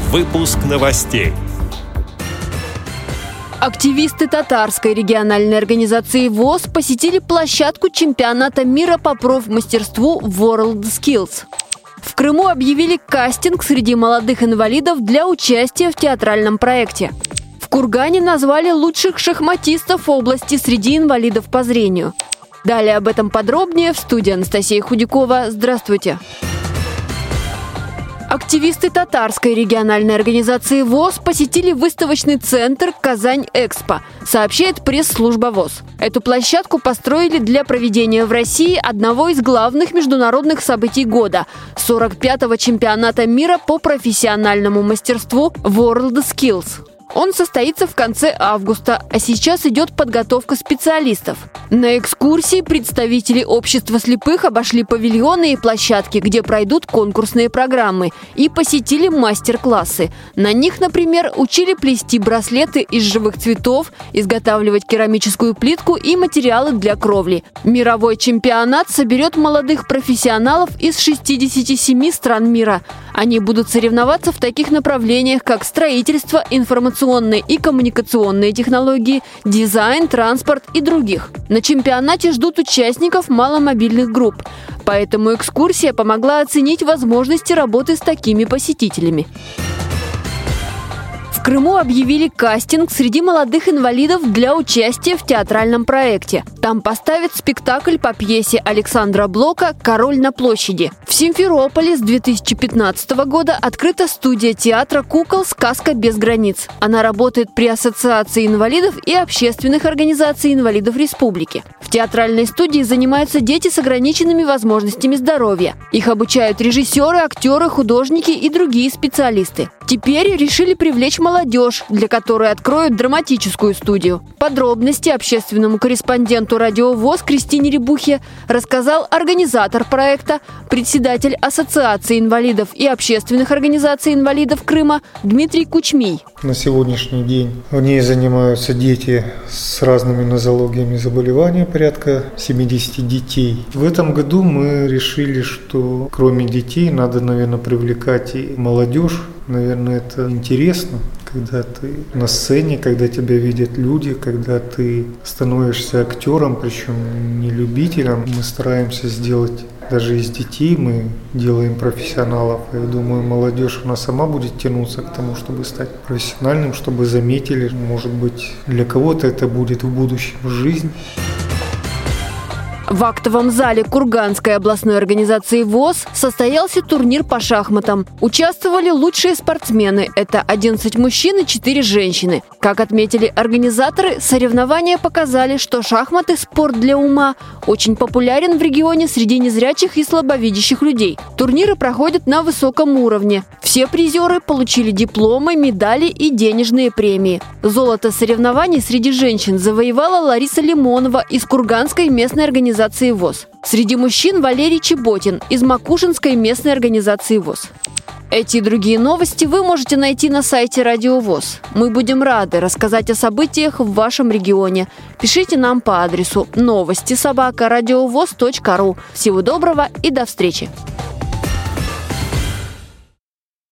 Выпуск новостей. Активисты татарской региональной организации ВОС посетили площадку чемпионата мира по профмастерству WorldSkills. В Крыму объявили кастинг среди молодых инвалидов для участия в театральном проекте. В Кургане назвали лучших шахматистов области среди инвалидов по зрению. Далее об этом подробнее в студии Анастасия Худякова. Здравствуйте! Активисты татарской региональной организации ВОС посетили выставочный центр «Казань-Экспо», сообщает пресс-служба ВОС. Эту площадку построили для проведения в России одного из главных международных событий года – 45-го чемпионата мира по профессиональному мастерству WorldSkills. Он состоится в конце августа, а сейчас идет подготовка специалистов. На экскурсии представители общества слепых обошли павильоны и площадки, где пройдут конкурсные программы, и посетили мастер-классы. На них, например, учили плести браслеты из живых цветов, изготавливать керамическую плитку и материалы для кровли. Мировой чемпионат соберет молодых профессионалов из 67 стран мира. Они будут соревноваться в таких направлениях, как строительство, информационные и коммуникационные технологии, дизайн, транспорт и других. На чемпионате ждут участников маломобильных групп, поэтому экскурсия помогла оценить возможности работы с такими посетителями. В Крыму объявили кастинг среди молодых инвалидов для участия в театральном проекте. Там поставят спектакль по пьесе Александра Блока «Король на площади». В Симферополе с 2015 года открыта студия театра кукол «Сказка без границ». Она работает при Ассоциации инвалидов и общественных организаций инвалидов республики. В театральной студии занимаются дети с ограниченными возможностями здоровья. Их обучают режиссеры, актеры, художники и другие специалисты. Теперь решили привлечь молодежь, для которой откроют драматическую студию. Подробности общественному корреспонденту Радио ВОС Кристине Рябухе рассказал организатор проекта, председатель Ассоциации инвалидов и общественных организаций инвалидов Крыма Дмитрий Кучмий. На сегодняшний день в ней занимаются дети с разными нозологиями заболеваний, порядка 70 детей. В этом году мы решили, что кроме детей надо, наверное, привлекать и молодежь. Наверное, это интересно, когда ты на сцене, когда тебя видят люди, когда ты становишься актером, причем не любителем. Мы стараемся сделать даже из детей, мы делаем профессионалов. Я думаю, молодежь, она сама будет тянуться к тому, чтобы стать профессиональным, чтобы заметили. Может быть, для кого-то это будет в будущем жизнь. В актовом зале Курганской областной организации ВОС состоялся турнир по шахматам. Участвовали лучшие спортсмены. Это 11 мужчин и 4 женщины. Как отметили организаторы, соревнования показали, что шахматы – спорт для ума, очень популярен в регионе среди незрячих и слабовидящих людей. Турниры проходят на высоком уровне. Все призеры получили дипломы, медали и денежные премии. Золото соревнований среди женщин завоевала Лариса Лимонова из Курганской местной организации ВОС. Среди мужчин Валерий Чеботин из Макушинской местной организации ВОС. Эти и другие новости вы можете найти на сайте Радио ВОС. Мы будем рады рассказать о событиях в вашем регионе. Пишите нам по адресу новости@радиовос.ру. Всего доброго и до встречи!